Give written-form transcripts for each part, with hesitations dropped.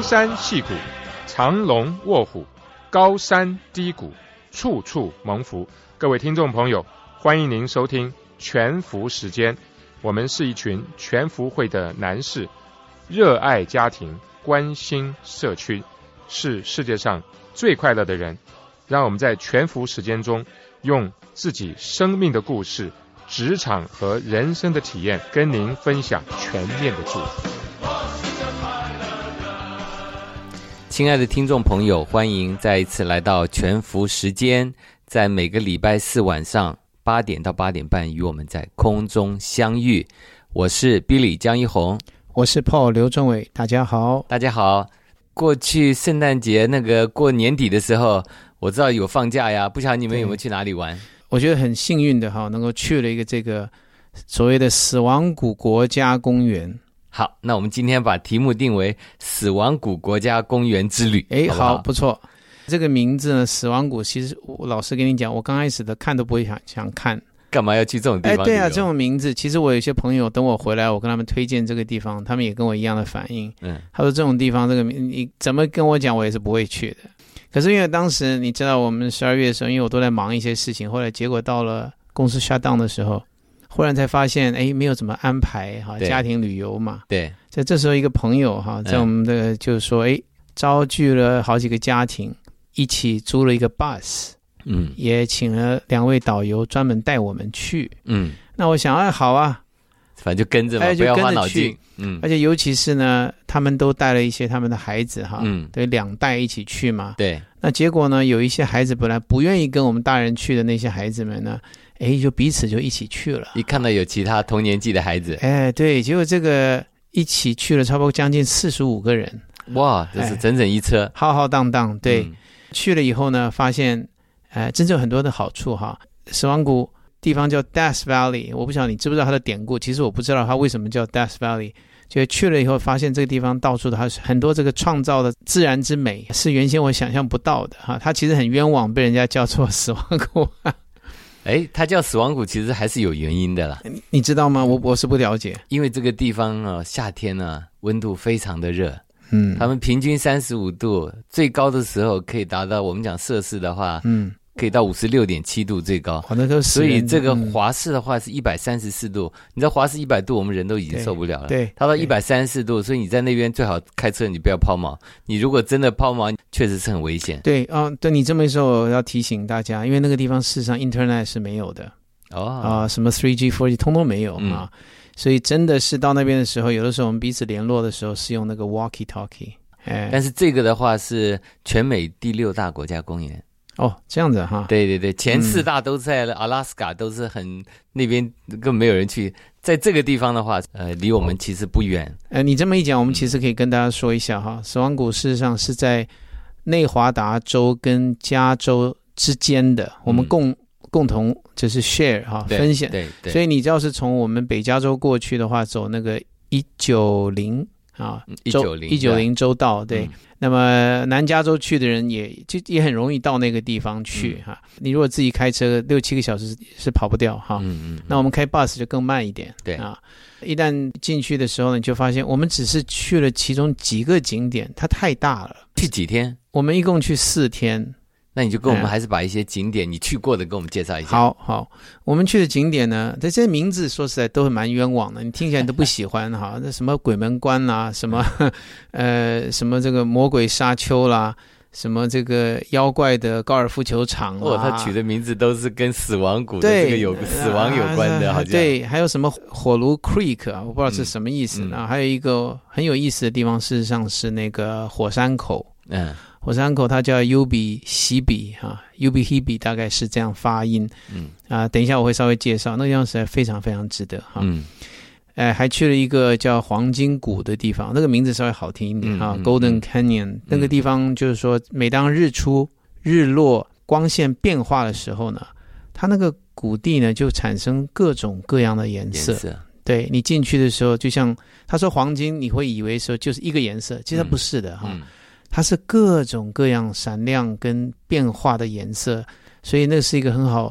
山细谷，藏龙卧虎，高山低谷，处处蒙福。各位听众朋友，欢迎您收听全福时间。我们是一群全福会的男士，热爱家庭，关心社区，是世界上最快乐的人。让我们在全福时间中，用自己生命的故事、职场和人生的体验，跟您分享全面的祝福。 亲爱的听众朋友，欢迎再一次来到全福时间，在每个礼拜四晚上8点到8点半与我们在空中相遇。我是 Billy 江一红， 我是 Paul 刘仲伟，大家好。 大家好。过去圣诞节过年底的时候，我知道有放假呀，不晓得你们有没有去哪里玩？ 我觉得很幸运的能够去了一个这个所谓的死亡谷国家公园。 好，那我们今天把题目定为死亡谷国家公园之旅。 好，不错。这个名字呢，死亡谷，其实我老实跟你讲，我刚开始的看都不会想看。 干嘛要去这种地方？ 对啊，这种名字，其实我有些朋友等我回来，我跟他们推荐这个地方，他们也跟我一样的反应。他说这种地方，这个你怎么跟我讲，我也是不会去的。可是因为当时你知道，我们12月的时候，因为我都在忙一些事情，后来结果到了公司 shut down 的时候，忽然才发现，没有怎么安排家庭旅游嘛。 对， 在这时候，一个朋友在我们的就是说，召聚了好几个家庭，一起租了一个 bus。也请了2位导游专门带我们去。那我想，好啊， 反正就跟着嘛，不要花脑筋。 而且尤其是呢，他们都带了一些他们的孩子对，2代一起去嘛。 对。 那结果呢，有一些孩子本来不愿意跟我们大人去的那些孩子们呢，就彼此就一起去了。 一看到有其他同年纪的孩子， 对，结果这个一起去了差不多将近45个人。 哇，这是整整一车， 浩浩荡荡。对，去了以后呢，发现真正有很多的好处死亡谷地方叫 Death Valley， 我不晓得你知不知道它的典故。其实我不知道它为什么叫 Death Valley， 就去了以后发现这个地方到处的很多这个创造的自然之美，是原先我想象不到的它其实很冤枉，被人家叫做死亡谷。 它叫死亡谷其实还是有原因的啦。 你知道吗？我是不了解。 因为这个地方夏天温度非常的热。他们平均35度，最高的时候可以达到，我们讲摄氏的话，可以到56.7度最高。所以这个华氏的话是134度。你知道华氏100度，我们人都已经受不了了。 对， 它到134度，所以你在那边最好开车，你不要抛锚。你如果真的抛锚，确实是很危险。 对对你这么一说，我要提醒大家，因为那个地方事实上 Internet 是没有的。什么 3G、4G 通通没有所以真的是到那边的时候，有的时候我们彼此联络的时候是用那个 walkie-talkie。 但是这个的话是全美第6大国家公园。 这样子对对对，前4大都在阿拉斯加，都是那边根本没有人去。在这个地方的话，离我们其实不远。 你这么一讲，我们其实可以跟大家说一下死亡谷事实上是在内华达州跟加州之间的，我们共同就是 share 分享。 对， 所以你要是从我们北加州过去的话，走那个190 190州道。对，那么南加州去的人也很容易到那个地方去你如果自己开车6-7个小时是跑不掉那我们开 bus 就更慢一点。 对一旦进去的时候呢，你就发现我们只是去了其中几个景点，它太大了。 去几天？ 我们一共去4天。 那你就跟我们还是把一些景点你去过的跟我们介绍一下。 好，我们去的景点呢，这些名字说实在都蛮冤枉的，你听起来都不喜欢那什么鬼门关啦，什么什么这个魔鬼沙丘啦，什么这个妖怪的高尔夫球场他取的名字都是跟死亡谷的这个有死亡有关的，好像对，还有什么火炉 Creek 我不知道是什么意思还有一个很有意思的地方，事实上是那个火山口。火山口它叫 Ubi Hibi Ubi Hibi 大概是这样发音。等一下我会稍微介绍，那个地方实在非常非常值得还去了一个叫黄金谷的地方，那个名字稍微好听一点Golden Canyon。那个地方就是说，每当日出日落光线变化的时候呢，它那个谷地呢就产生各种各样的颜色。对，你进去的时候，就像他说黄金，你会以为说就是一个颜色，其实它不是的它是各种各样闪亮跟变化的颜色，所以那是一个很好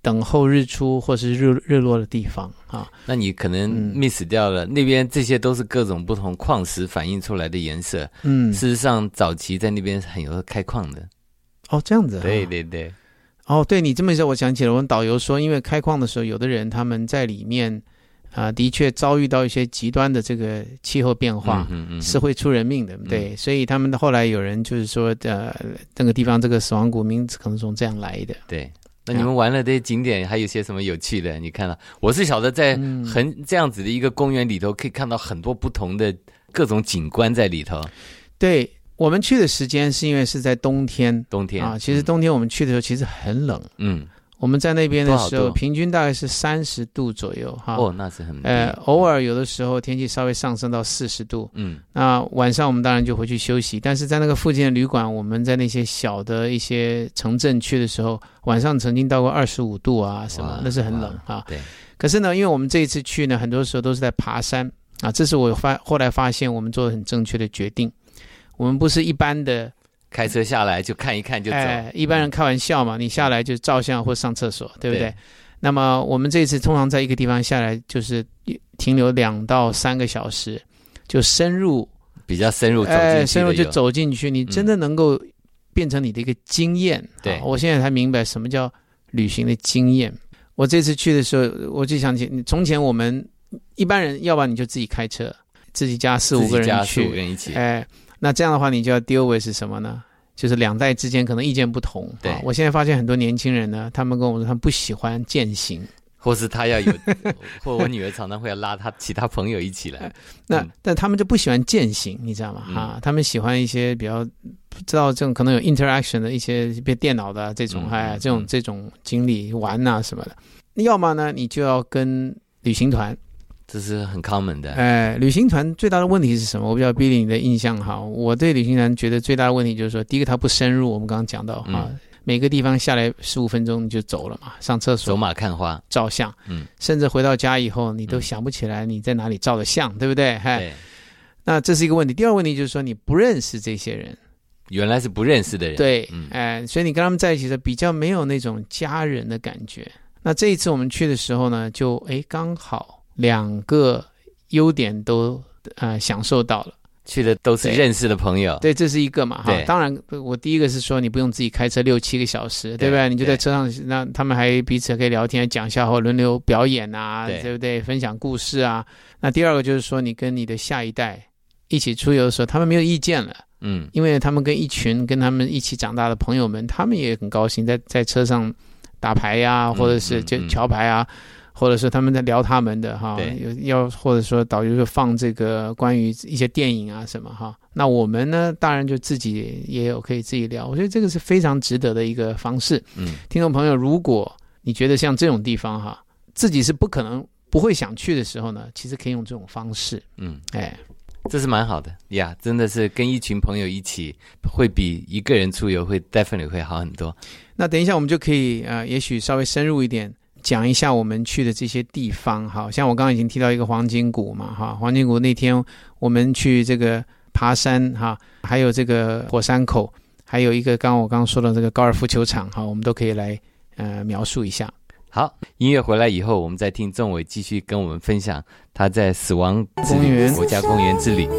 等候日出或是日落的地方啊。 那你可能 miss 掉了，那边这些都是各种不同矿石反映出来的颜色。事实上早期在那边很有开矿的。 哦，这样子。 对对对。 哦，对，你这么一说，我想起了我们导游说，因为开矿的时候，有的人他们在里面的确遭遇到一些极端的这个气候变化，是会出人命的，对，所以他们后来有人就是说，那个地方这个死亡谷名字可能从这样来的。 对，那你们玩了这些景点，还有些什么有趣的？你看到，我是晓得在这样子的一个公园里头，可以看到很多不同的各种景观在里头。 对。我们去的时间是因为是在冬天啊， 其实冬天我们去的时候其实很冷，我们在那边的时候平均大概是30度左右哈。 哦，那是很偶尔有的时候天气稍微上升到40度，那晚上我们当然就回去休息，但是在那个附近的旅馆，我们在那些小的一些城镇去的时候，晚上曾经到过25度啊什么，那是很冷啊。 对。 可是呢，因为我们这一次去呢，很多时候都是在爬山啊，这是我后来发现我们做的很正确的决定。我们不是一般的开车下来就看一看就走， 一般人开玩笑嘛，你下来就照相或上厕所，对不对？那么我们这次通常在一个地方下来，就是停留2到3个小时，就比较深入走进去， 深入就走进去，你真的能够变成你的一个经验。 对， 我现在才明白什么叫旅行的经验。我这次去的时候，我就想起从前我们一般人，要不然你就自己开车，自己加4-5个人去， 一起， 那这样的话，你就要 deal with 是什么呢？就是2代之间可能意见不同。 对， 我现在发现很多年轻人呢，他们跟我说他们不喜欢健行， 或是他要有，或我女儿常常会拉他其他朋友一起来。 但他们就不喜欢健行，你知道吗？他们喜欢一些比较不知道这种可能有 interaction 的一些电脑的这种，这种经历玩啊什么的。要么呢，你就要跟旅行团。 这是很 common 的。 旅行团最大的问题是什么？我不知道 Billy 你的印象好。我对旅行团觉得最大的问题就是说，第一个它不深入，我们刚刚讲到每个地方下来15分钟你就走了嘛，上厕所、 走马看花、 照相，甚至回到家以后你都想不起来你在哪里照的相，对不对？ 对。 那这是一个问题。第二个问题就是说你不认识这些人， 原来是不认识的人。 对，所以你跟他们在一起的比较没有那种家人的感觉。那这一次我们去的时候呢，就刚好。2个优点都享受到了， 去的都是认识的朋友， 对，这是一个嘛哈。当然，我第一个是说你不用自己开车6-7个小时，对不对？你就在车上，那他们还彼此可以聊天、讲笑话、轮流表演啊，对不对？分享故事啊。那第二个就是说，你跟你的下一代一起出游的时候，他们没有意见了，因为他们跟一群跟他们一起长大的朋友们，他们也很高兴在车上打牌呀，或者是就桥牌啊。或者是他们在聊他们的哈，或者说导游就放这个关于一些电影啊什么哈，那我们呢当然就自己也有可以自己聊，我觉得这个是非常值得的一个方式。听众朋友，如果你觉得像这种地方哈，自己是不会想去的时候呢，其实可以用这种方式。 这是蛮好的呀，真的是跟一群朋友一起，会比一个人出游会 definitely 会好很多。 那等一下我们就可以也许稍微深入一点。讲一下我们去的这些地方，好像我刚刚已经提到一个黄金谷嘛，哈，黄金谷那天我们去这个爬山哈，还有这个火山口，还有一个我刚刚说的这个高尔夫球场哈，我们都可以来描述一下。 好，音乐回来以后，我们再听仲伟继续跟我们分享他在死亡之旅国家公园之旅。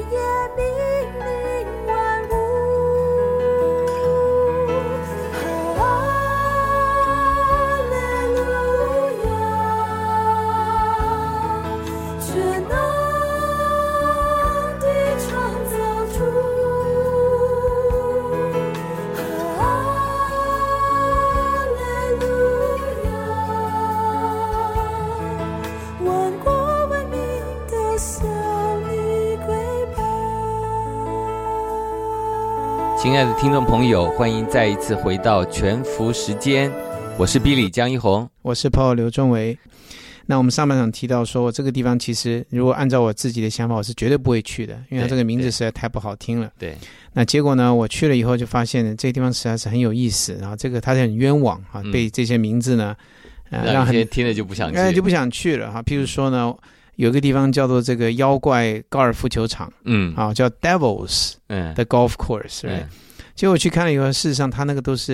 亲爱的听众朋友，欢迎再一次回到全福时间，我是 Billy 江一宏， 我是 Paul 刘仲维。那我们上半场提到说，这个地方其实如果按照我自己的想法，我是绝对不会去的，因为它这个名字实在太不好听了。 对。 那结果呢，我去了以后就发现这个地方实在是很有意思，然后这个它很冤枉啊，被这些名字呢， 让很听了就不想去， 就不想去了哈。譬如说呢，有个地方叫做这个妖怪高尔夫球场，叫 Devils 的 Golf Course，结果我去看了以后，事实上它那个都是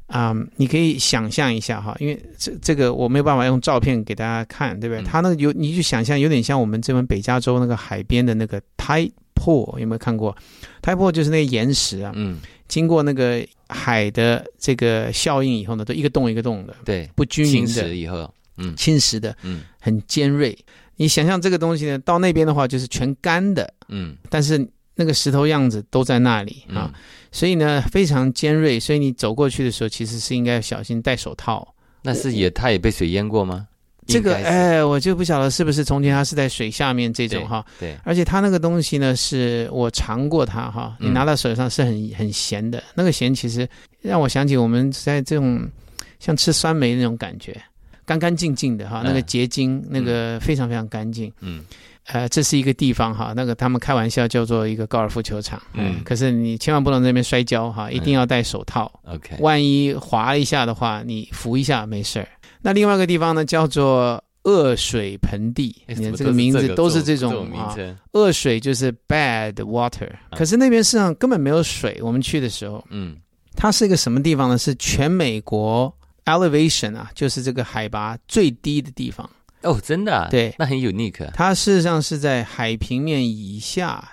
你可以想象一下哈，因为这个我没有办法用照片给大家看，对不对？它那个你就想象有点像我们这边北加州那个海边的那个 tide pool， 有没有看过 ？tide pool 就是那个岩石啊，经过那个海的这个效应以后呢，都一个洞一个洞的， 对， 不均匀的， 侵蚀以后， 侵蚀的，很尖锐。你想象这个东西呢，到那边的话就是全干的，但是那个石头样子都在那里啊，所以呢非常尖锐，所以你走过去的时候其实是应该小心戴手套。 那是它也被水淹过吗？ 这个我就不晓得是不是从前它是在水下面这种哈， 对， 而且它那个东西呢是我尝过它哈，你拿到手上是很咸的，那个咸其实让我想起我们在这种像吃酸梅那种感觉，干干净净的哈，那个结晶那个非常非常干净，这是一个地方哈，那个他们开玩笑叫做一个高尔夫球场，可是你千万不能在那边摔跤哈，一定要戴手套 ，OK， 万一滑一下的话，你扶一下没事儿。那另外一个地方呢，叫做恶水盆地，你看这个名字都是这种啊，恶水就是 bad water，可是那边事实上根本没有水。我们去的时候，它是一个什么地方呢？是全美国 elevation 啊，就是这个海拔最低的地方。 哦，真的啊？ 对， 那很 unique。 它事实上是在海平面以下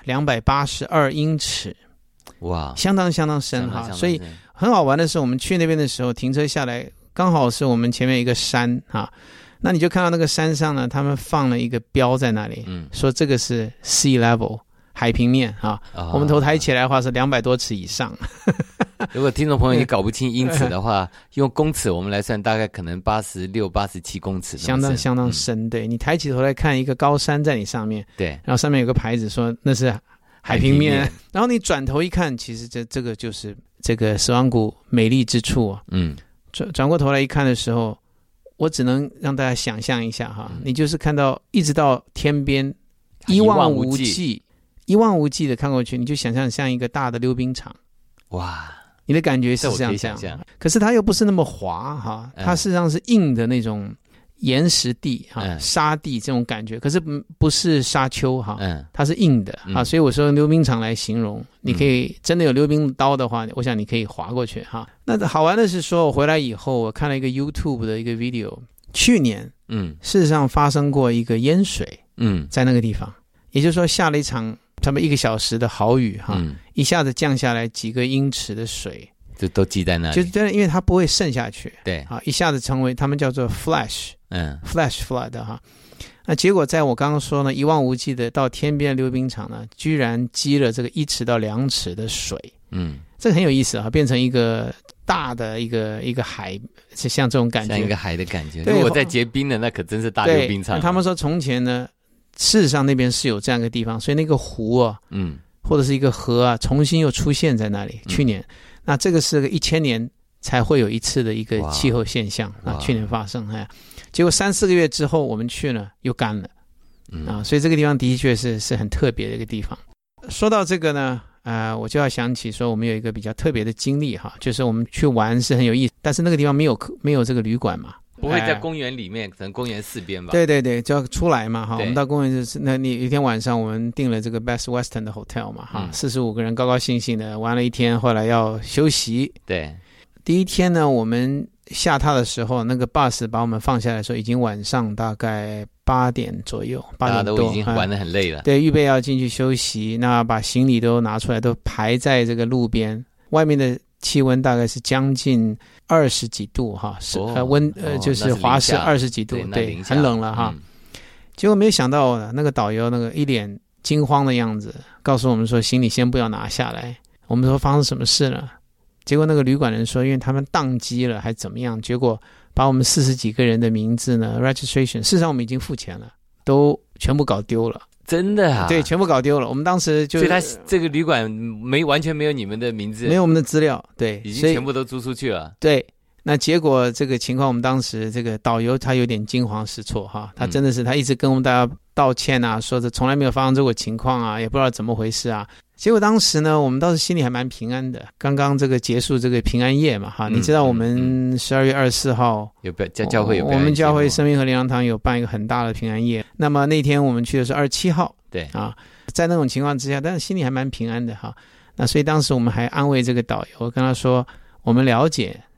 282英尺，哇，相当深哈。所以很好玩的是，我们去那边的时候停车下来，刚好是我们前面一个山哈，那你就看到那个山上呢，他们放了一个标在那里，说这个是 sea level 海平面哈，我们头抬起来的话是200多尺以上。 如果听众朋友你搞不清英尺的话，用公尺我们来算，大概可能86、87公尺， 相当深。对，你抬起头来看一个高山在你上面， 对， 然后上面有个牌子说那是海平面，然后你转头一看，其实这个就是这个死亡谷美丽之处啊。转过头来一看的时候，我只能让大家想象一下哈，你就是看到一直到天边一望无际的看过去，你就想象像一个大的溜冰场，哇！你的感觉是这样，可是它又不是那么滑哈，它事实上是硬的那种岩石地哈，沙地这种感觉，可是不是沙丘哈，它是硬的啊，所以我说溜冰场来形容，你可以真的有溜冰刀的话，我想你可以滑过去哈。那好玩的是说，我回来以后，我看了一个 YouTube 的一个 video， 去年事实上发生过一个淹水，在那个地方，也就是说下了一场差不多1个小时的豪雨哈，一下子降下来几个英尺的水， 就都积在那里， 就是真的，因为它不会渗下去， 对啊，一下子成为他们叫做 flash flood 哈。那结果在我刚刚说呢，一望无际的到天边的溜冰场呢，居然积了这个1尺到2尺的水，这个很有意思啊，变成一个大的一个海，是像这种感觉， 像一个海的感觉。如果在结冰的，那可真是大溜冰场。 他们说从前呢，事实上那边是有这样一个地方，所以那个湖啊，或者是一个河啊，重新又出现在那里。去年，那这个是个1000年才会有一次的一个气候现象啊，去年发生，结果3-4个月之后我们去了又干了，所以这个地方的确是很特别的一个地方。说到这个呢，我就要想起说我们有一个比较特别的经历哈，就是我们去玩是很有意思，但是那个地方没有这个旅馆嘛。 不会在公园里面，可能公园4边吧。 对，就要出来嘛哈。我们到公园就是，那你一天晚上我们订了这个 Best Western 的 hotel 嘛哈，45个人高高兴兴的玩了一天，后来要休息。 对， 第一天呢，我们下榻的时候，那个 bus 把我们放下来的时候，已经晚上大概8点左右，8点多， 大家都已经玩得很累了。 对，预备要进去休息，那把行李都拿出来，都排在这个路边，外面的气温大概是将近20几度哈，就是华氏20几度，对，很冷了哈。结果没有想到那个导游那个一脸惊慌的样子，告诉我们说行李先不要拿下来。我们说发生什么事了？结果那个旅馆人说，因为他们宕机了还怎么样，结果把我们40几个人的名字呢 registration， 事实上我们已经付钱了，都全部搞丢了。 真的啊？ 对，全部搞丢了。我们当时就， 所以他这个旅馆完全没有你们的名字， 没有我们的资料，对， 已经全部都租出去了。 对，那结果这个情况，我们当时这个导游他有点惊慌失措哈，他真的是他一直跟我们大家道歉啊，说这从来没有发生这个情况啊，也不知道怎么回事啊。结果当时呢，我们倒是心里还蛮平安的。刚刚这个结束这个平安夜嘛哈，你知道我们12月24号有教会有我们教会生命和灵粮堂有办一个很大的平安夜。那么那天我们去的是27号， 对啊， 在那种情况之下，但是心里还蛮平安的哈。那所以当时我们还安慰这个导游，跟他说我们了解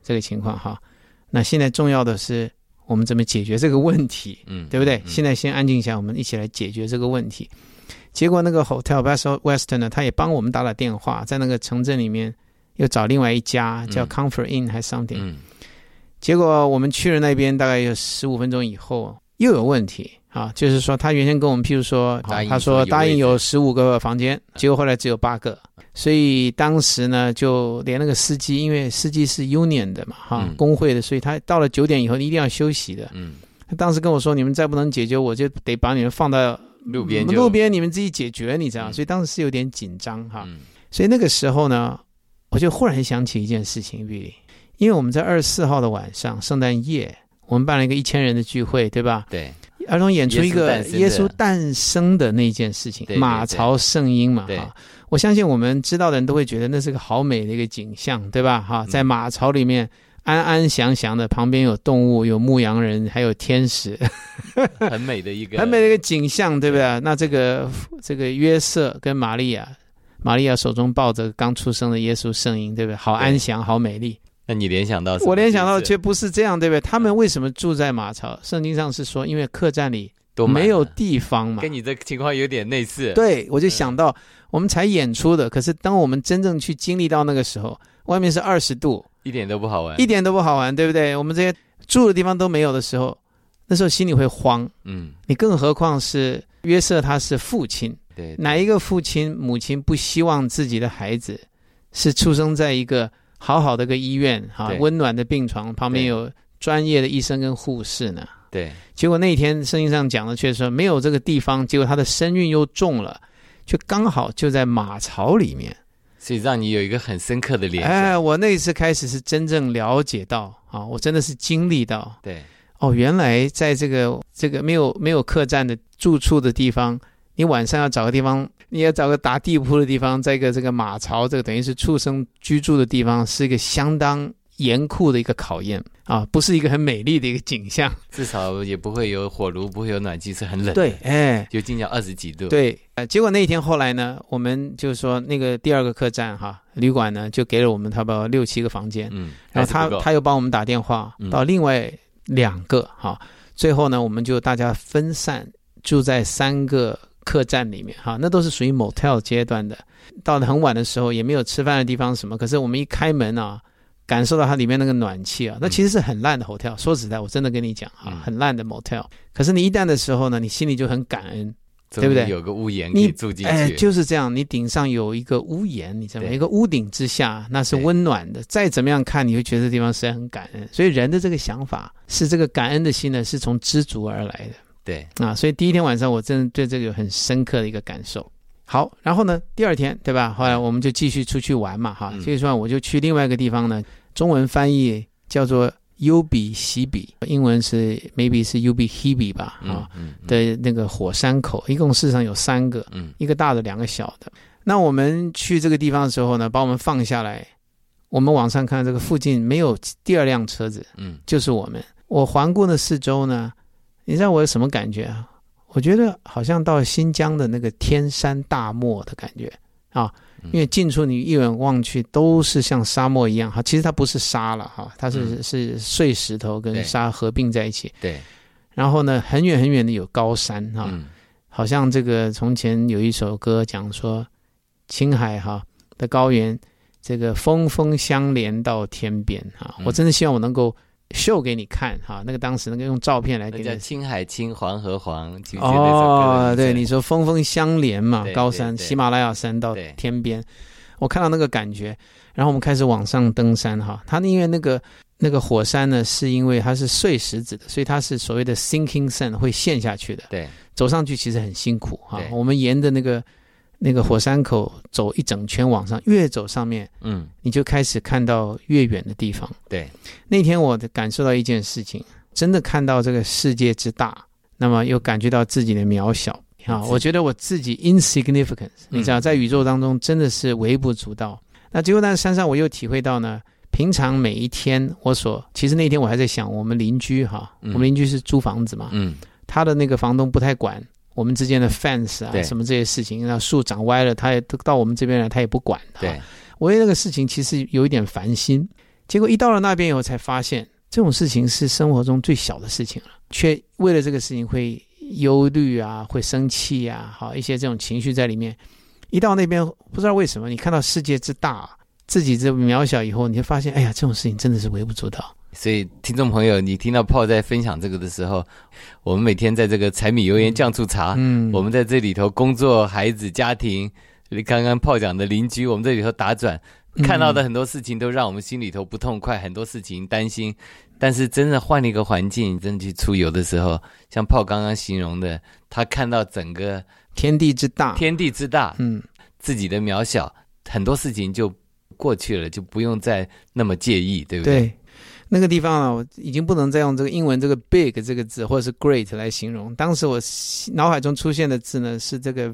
这个情况哈。那现在重要的是我们怎么解决这个问题，对不对？现在先安静下来，我们一起来解决这个问题。结果那个 Hotel Best Western 呢，他也帮我们打了电话，在那个城镇里面又找另外一家叫 Comfort Inn 还是 something。结果我们去了那边，大概有15分钟以后又有问题啊，就是说他原先跟我们譬如说他说答应有15个房间，结果后来只有8个。所以当时呢，就连那个司机，因为司机是 union 的嘛，工会的，所以他到了9点以后一定要休息的。他当时跟我说，你们再不能解决，我就得把你们放到路边你们自己解决，你知道？所以当时是有点紧张哈。所以那个时候呢，我就忽然想起一件事情 ，Billy， 因为我们在24号的晚上，圣诞夜，我们办了一个1000人的聚会，对吧？ 对。 儿童演出一个耶稣诞生的那件事情，马槽圣婴嘛，哈。我相信我们知道的人都会觉得那是个好美的一个景象，对吧？哈，在马槽里面安安详详的，旁边有动物，有牧羊人，还有天使， 很美的一个景象，对不对？那这个约瑟跟玛利亚手中抱着刚出生的耶稣圣婴，对不对？好安详，好美丽。 那你联想到什么？ 我联想到却不是这样，对不对？他们为什么住在马槽？圣经上是说，因为客栈里没有地方嘛。 跟你这情况有点类似。 对，我就想到我们才演出的，可是当我们真正去经历到那个时候，外面是20度， 一点都不好玩， 对不对？我们这些住的地方都没有的时候，那时候心里会慌。你更何况是约瑟，他是父亲， 对， 哪一个父亲母亲不希望自己的孩子是出生在一个好好的一个医院哈，温暖的病床旁边有专业的医生跟护士呢？ 对。 结果那一天圣经上讲的却说没有这个地方，结果他的身孕又重了，就刚好就在马槽里面， 所以让你有一个很深刻的联想。 我那一次开始是真正了解到啊，我真的是经历到， 对， 原来在这个没有客栈的住处的地方，你晚上要找个地方，你要找个打地铺的地方，在一个这个马槽，这个等于是畜生居住的地方，是一个相当严酷的一个考验啊，不是一个很美丽的一个景象。 至少也不会有火炉，不会有暖气，是很冷的。 对， 就经常20几度。 对，结果那一天后来呢，我们就是说那个第2个客栈哈旅馆呢，就给了我们差不多6、7个房间。然后他又帮我们打电话到另外2个哈，最后呢，我们就大家分散住在3个客栈里面哈，那都是属于 motel 阶段的。到了很晚的时候，也没有吃饭的地方什么，可是我们一开门啊，感受到它里面那个暖气啊，那其实是很烂的 hotel。说实在，我真的跟你讲啊，很烂的 motel。可是你一旦的时候呢，你心里就很感恩，对不对？ 有个屋檐可以住进去。 就是这样，你顶上有一个屋檐，你知道吗？一个屋顶之下，那是温暖的。再怎么样看，你会觉得这地方实在很感恩。所以人的这个想法是这个感恩的心呢，是从知足而来的。 对啊，所以第一天晚上我真的对这个有很深刻的一个感受。好，然后呢，第2天对吧？后来我们就继续出去玩嘛，哈，继续玩，我就去另外一个地方呢，中文翻译叫做优比西比，英文是 maybe 是 Ubi Hibi 吧，的那个火山口，一共事实上有3个，一个大的，2个小的。那我们去这个地方的时候呢，把我们放下来，我们往上看这个附近没有第2辆车子，就是我们。我环顾的四周呢。你知道我有什么感觉啊？我觉得好像到新疆的那个天山大漠的感觉啊，因为近处你一眼望去都是像沙漠一样哈，其实它不是沙了哈，它是碎石头跟沙合并在一起。 对。 然后呢，很远很远的有高山哈，好像这个从前有一首歌讲说，青海哈的高原，这个峰峰相连到天边哈，我真的希望我能够秀给你看哈，那个当时那个用照片来给你。 那叫青海青，黄河黄。 对，你说峰峰相连嘛，高山喜马拉雅山到天边，我看到那个感觉，然后我们开始往上登山哈。它因为那个火山呢，是因为它是碎石子的，所以它是所谓的 sinking sand 会陷下去的。 对， 走上去其实很辛苦哈。我们沿着那个火山口走一整圈往上，越走上面，你就开始看到越远的地方。 对， 那天我感受到一件事情，真的看到这个世界之大，那么又感觉到自己的渺小啊！我觉得我自己 insignificant， 你知道，在宇宙当中真的是微不足道。那结果在山上我又体会到呢，平常每一天其实那天我还在想，我们邻居哈，我们邻居是租房子嘛，他的那个房东不太管我们之间的 fence 啊，什么这些事情，那树长歪了，他也到我们这边来，他也不管。 对， 我为那个事情其实有一点烦心。 结果一到了那边以后才发现，这种事情是生活中最小的事情了，却为了这个事情会忧虑啊，会生气啊，好一些这种情绪在里面。一到那边不知道为什么，你看到世界之大，自己这渺小以后，你就发现，哎呀，这种事情真的是微不足道。 所以听众朋友，你听到Paul在分享这个的时候，我们每天在这个柴米油盐酱醋茶，我们在这里头工作、孩子、家庭，刚刚Paul讲的邻居，我们这里头打转，看到的很多事情都让我们心里头不痛快，很多事情担心。但是真的换了一个环境，真的去出游的时候，像Paul刚刚形容的，他看到整个天地之大， 自己的渺小，很多事情就过去了，就不用再那么介意，对不对？ 对，那个地方啊，我已经不能再用这个英文这个 big 这个字或者是 great 来形容。当时我脑海中出现的字呢是这个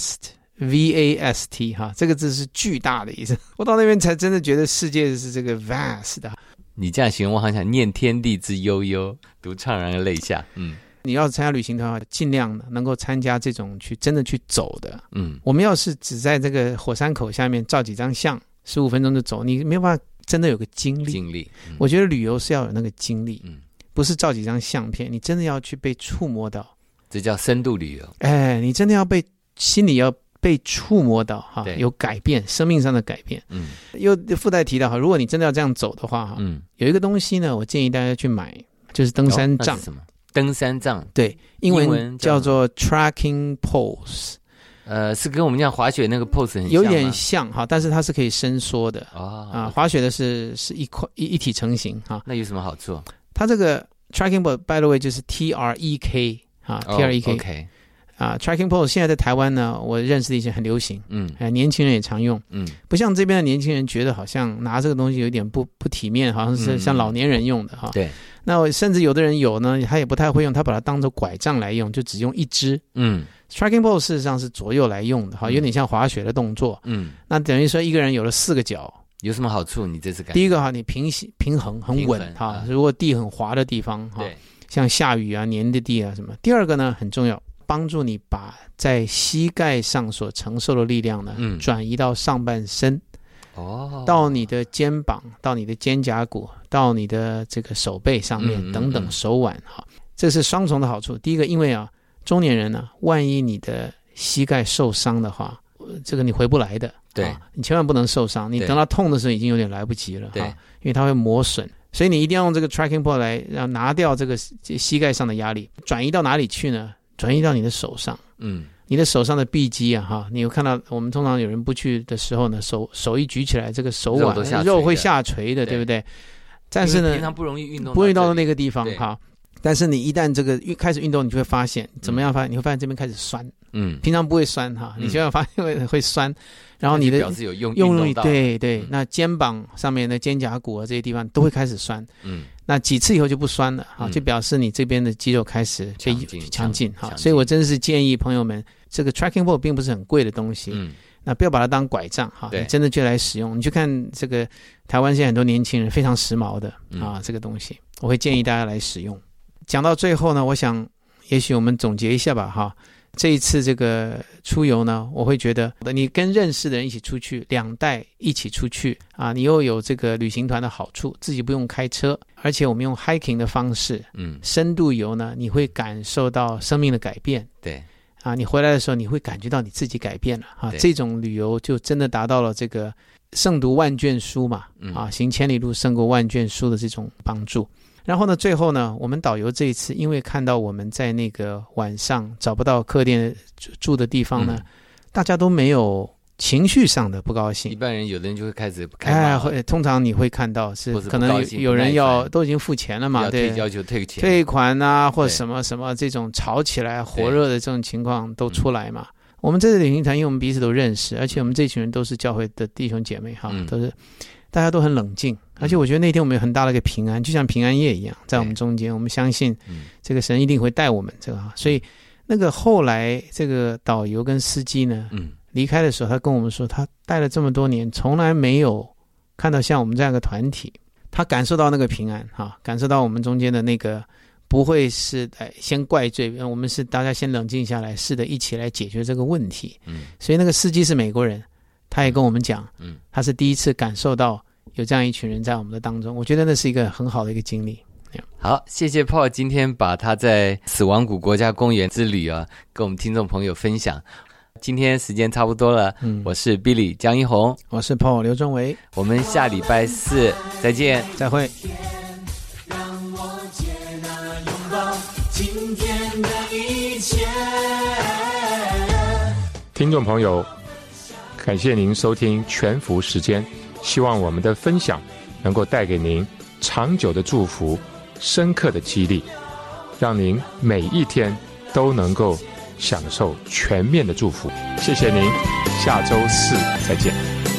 vast。V-A-S-T 哈，这个字是巨大的意思。我到那边才真的觉得世界是这个 vast 的。 你这样形容，我好想念天地之悠悠，独怆然而泪下。 你要参加旅行团的话，尽量能够参加这种真的去走的。我们要是只在这个火山口下面照几张相，15分钟就走，你没有办法真的有个经历。我觉得旅游是要有那个经历，不是照几张相片，你真的要去被触摸到， 这叫深度旅游。 你真的要心里要被触摸到哈，有改变，生命上的改变。又附带提到哈，如果你真的要这样走的话哈，有一个东西呢，我建议大家去买，就是登山杖。 那是什么？登山杖？ 对，英文叫做 trekking poles。 是跟我们讲滑雪那个 pose 很像吗？ 有点像哈，但是它是可以伸缩的。滑雪的是一体成型哈。 那有什么好处？ 它这个 trekking pole by the way 就是 T-R-E-K 啊，T-R-E-K。OK。trekking pole 现在在台湾呢，我认识的一些很流行，年轻人也常用，不像这边的年轻人觉得好像拿这个东西有点不体面，好像是像老年人用的哈。 对， 那甚至有的人有呢，他也不太会用，他把它当作拐杖来用，就只用一只。trekking pole 事实上是左右来用的哈，有点像滑雪的动作。那等于说一个人有了4个脚。有什么好处？你这次感觉？ 第一个哈，你平衡很稳哈，如果地很滑的地方哈，像下雨啊、黏的地啊什么。第二个呢很重要。帮助你把在膝盖上所承受的力量呢，转移到上半身，到你的肩膀，到你的肩胛骨，到你的这个手背上面等等手腕哈，这是双重的好处。第一个，因为中年人呢，万一你的膝盖受伤的话，这个你回不来的， 对， 你千万不能受伤，你等到痛的时候已经有点来不及了，对，因为它会磨损。所以你一定要用这个 trekking pole 来拿掉这个膝盖上的压力，转移到哪里去呢？转移到你的手上，你的手上的臂肌啊，哈，你有看到我们通常有人不去的时候呢，手一举起来，这个手腕肉会下垂的，对不对？但是呢， 平常不容易运动到那个地方哈。但是你一旦这个开始运动，你就会发现怎么样？你会发现这边开始酸，平常不会酸哈，你就会发现会酸，然后你的表示有用力，对，那肩膀上面的肩胛骨啊这些地方都会开始酸，那几次以后就不酸了哈，就表示你这边的肌肉开始被强劲哈，所以我真是建议朋友们，这个 trekking pole 并不是很贵的东西，那不要把它当拐杖哈，你真的就来使用。你去看这个台湾现在很多年轻人非常时髦的这个东西，我会建议大家来使用。讲到最后呢，我想也许我们总结一下吧哈。这一次这个出游呢，我会觉得你跟认识的人一起出去，2代一起出去啊，你又有这个旅行团的好处，自己不用开车，而且我们用 hiking 的方式，深度游呢，你会感受到生命的改变，对啊，你回来的时候你会感觉到你自己改变了啊，这种旅游就真的达到了这个胜读万卷书嘛，行千里路胜过万卷书的这种帮助。然后呢，最后呢，我们导游这一次因为看到我们在那个晚上找不到客店住的地方呢，大家都没有情绪上的不高兴。 一般人有的人就会开始开骂， 通常你会看到是可能有人都已经付钱了嘛，对， 要求退款啊，或者什么什么这种吵起来火热的这种情况都出来嘛。我们这次旅行团因为我们彼此都认识，而且我们这群人都是教会的弟兄姐妹哈，都是大家都很冷静，而且我觉得那天我们有很大的一个平安，就像平安夜一样，在我们中间，我们相信这个神一定会带我们这个，所以那个后来这个导游跟司机呢，离开的时候，他跟我们说，他带了这么多年，从来没有看到像我们这样一个团体，他感受到那个平安哈，感受到我们中间的那个不会是先怪罪，我们是大家先冷静下来，试着一起来解决这个问题。所以那个司机是美国人。他也跟我们讲，他是第一次感受到有这样一群人在我们的当中，我觉得那是一个很好的一个经历。 好，谢谢 Paul 今天把他在死亡谷国家公园之旅啊，跟我们听众朋友分享。今天时间差不多了，我是 Billy 江一红， 我是 Paul 刘仲维， 我们下礼拜四再见， 再会。 让我接纳拥抱今天的一切。 听众朋友，感谢您收听全福时间，希望我们的分享能够带给您长久的祝福，深刻的激励，让您每一天都能够享受全面的祝福。谢谢您，下周四再见。